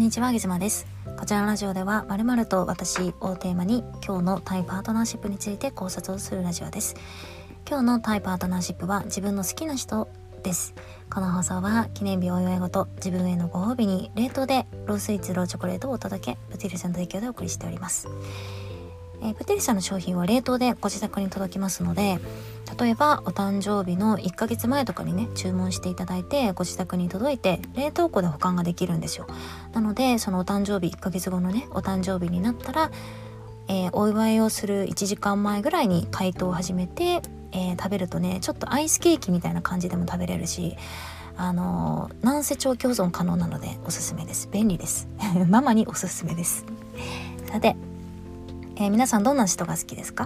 んにちは、げずまです。こちらのラジオでは〇〇と私をテーマに今日のタイパートナーシップについて考察をするラジオです。今日のタイパートナーシップは自分の好きな人です。この放送は記念日お祝い事、自分へのご褒美に冷凍でロースイーツローチョコレートをお届け、プティルさんの提供でお送りしております。プティルさんの商品は冷凍でご自宅に届きますので、例えばお誕生日の1ヶ月前とかにね注文していただいてご自宅に届いて冷凍庫で保管ができるんですよ。なのでそのお誕生日1ヶ月後のねお誕生日になったら、お祝いをする1時間前ぐらいに解凍を始めて、食べるとねちょっとアイスケーキみたいな感じでも食べれるし、なんせ長期保存可能なのでおすすめです。便利ですママにおすすめです。さて、皆さんどんな人が好きですか？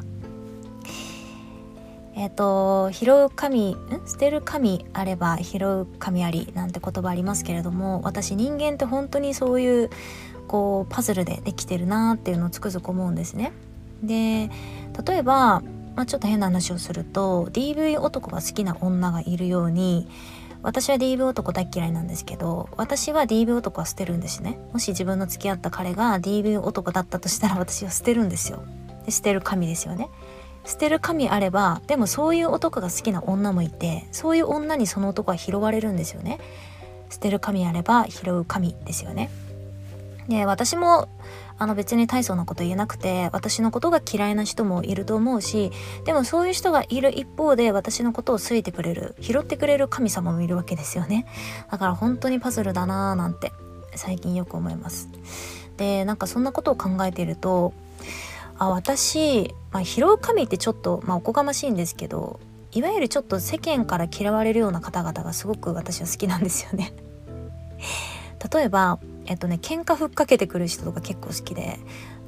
拾う神捨てる神あれば拾う神ありなんて言葉ありますけれども、私人間って本当にそういうパズルでできてるなっていうのをつくづく思うんですね。で例えば、ちょっと変な話をすると DV 男が好きな女がいるように、私は DV 男大嫌いなんですけど、私は DV 男は捨てるんですね。もし自分の付き合った彼が DV 男だったとしたら私は捨てるんですよ。で捨てる神ですよね。捨てる神あれば、でもそういう男が好きな女もいて、そういう女にその男は拾われるんですよね。捨てる神あれば拾う神ですよね。で私も別に大層なこと言えなくて、私のことが嫌いな人もいると思うし、でもそういう人がいる一方で私のことを好いてくれる、拾ってくれる神様もいるわけですよね。だから本当にパズルだなーなんて最近よく思います。でそんなことを考えていると、私、拾う神ってちょっと、おこがましいんですけど、いわゆるちょっと世間から嫌われるような方々がすごく私は好きなんですよね例えば喧嘩ふっかけてくる人とか結構好きで、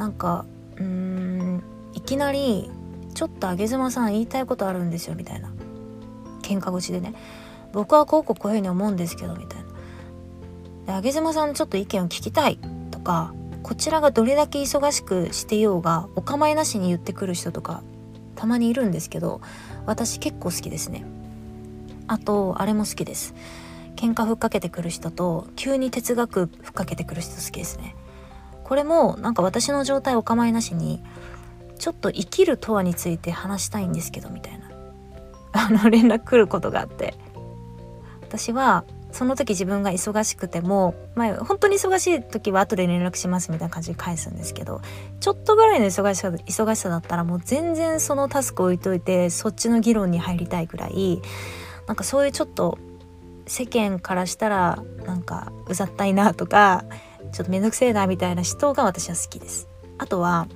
いきなりちょっとあげずまさん言いたいことあるんですよみたいな、喧嘩口でね、僕はこういうふうに思うんですけどみたいな、であげずまさんのちょっと意見を聞きたいとか、こちらがどれだけ忙しくしてようがお構いなしに言ってくる人とかたまにいるんですけど、私結構好きですね。あとあれも好きです。喧嘩ふっかけてくる人と急に哲学ふっかけてくる人好きですね。これも私の状態お構いなしに、ちょっと生きるとはについて話したいんですけどみたいな連絡来ることがあって、私はその時自分が忙しくても、本当に忙しい時は後で連絡しますみたいな感じで返すんですけど、ちょっとぐらいの忙しさだったらもう全然そのタスク置いといてそっちの議論に入りたいくらい、そういうちょっと世間からしたらうざったいなとかちょっとめんどくせえなみたいな人が私は好きです。あとは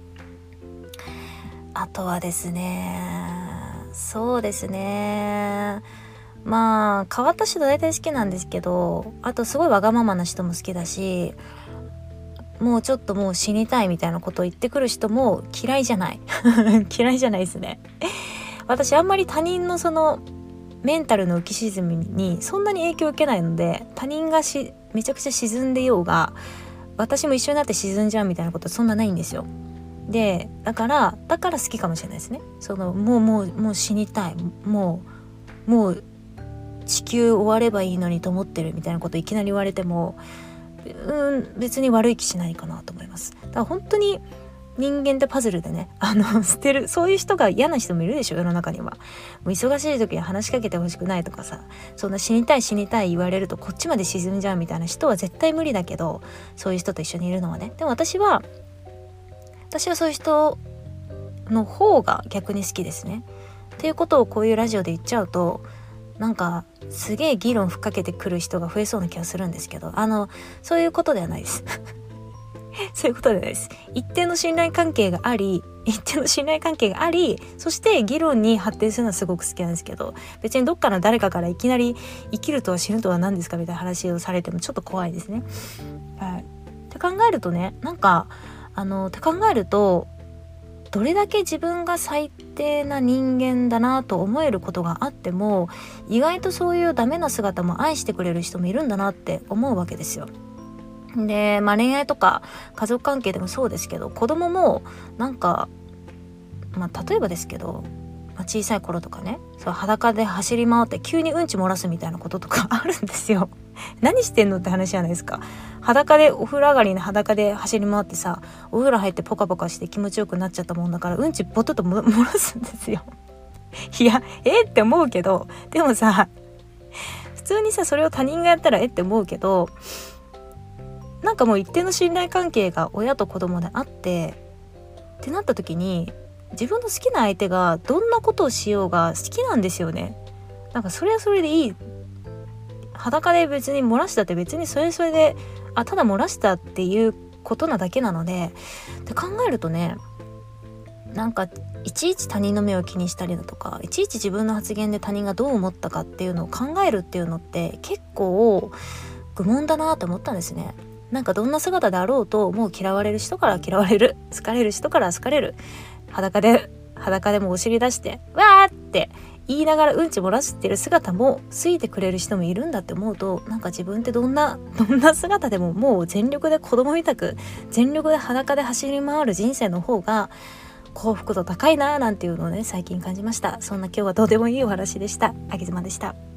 ですね、そうですね、変わった人大体好きなんですけど、あとすごいわがままな人も好きだし、もうちょっともう死にたいみたいなことを言ってくる人も嫌いじゃない嫌いじゃないですね。私あんまり他人のそのメンタルの浮き沈みにそんなに影響を受けないので、他人がめちゃくちゃ沈んでようが私も一緒になって沈んじゃうみたいなことはそんなないんですよ。でだから好きかもしれないですね。もう死にたい、もう地球終わればいいのにと思ってるみたいなこといきなり言われても別に悪い気しないかなと思います。だから本当に人間ってパズルでね捨てる、そういう人が嫌な人もいるでしょ世の中には。もう忙しい時に話しかけてほしくないとかさ、そんな死にたい言われるとこっちまで沈んじゃうみたいな人は絶対無理だけど、そういう人と一緒にいるのはね。でも私はそういう人の方が逆に好きですね。っていうことをこういうラジオで言っちゃうとすげえ議論ふっかけてくる人が増えそうな気がするんですけど、そういうことではないですそういうことではないです。一定の信頼関係があり、そして議論に発展するのはすごく好きなんですけど、別にどっかの誰かからいきなり生きるとは死ぬとは何ですかみたいな話をされてもちょっと怖いですね。はい。って考えるとね、どれだけ自分が最低な人間だなと思えることがあっても、意外とそういうダメな姿も愛してくれる人もいるんだなって思うわけですよ。で、恋愛とか家族関係でもそうですけど、子供も例えばですけど、小さい頃とかね、そう裸で走り回って急にうんち漏らすみたいなこととかあるんですよ。 何してんのって話じゃないですか。裸で、お風呂上がりに裸で走り回ってさ、お風呂入ってポカポカして気持ちよくなっちゃったもんだから、うんちボトッと漏らすんですよ。いやって思うけど、でもさ普通にさそれを他人がやったらって思うけど、なんかもう一定の信頼関係が親と子供であってってなった時に、自分の好きな相手がどんなことをしようが好きなんですよね。なんかそれはそれでいい。裸で別に漏らしたって別にそれでただ漏らしたっていうことなだけなので、って考えるとね、なんかいちいち他人の目を気にしたりだとか、いちいち自分の発言で他人がどう思ったかっていうのを考えるっていうのって結構愚問だなって思ったんですね。なんかどんな姿であろうと、もう嫌われる人から嫌われる、好かれる人から好かれる、裸でもお尻出してわーって言いながらうんち漏らしてる姿も好いてくれる人もいるんだって思うと、なんか自分ってどんな姿でももう全力で子供みたく全力で裸で走り回る人生の方が幸福度高いなーなんていうのをね、最近感じました。そんな今日はどうでもいいお話でした。あげずまでした。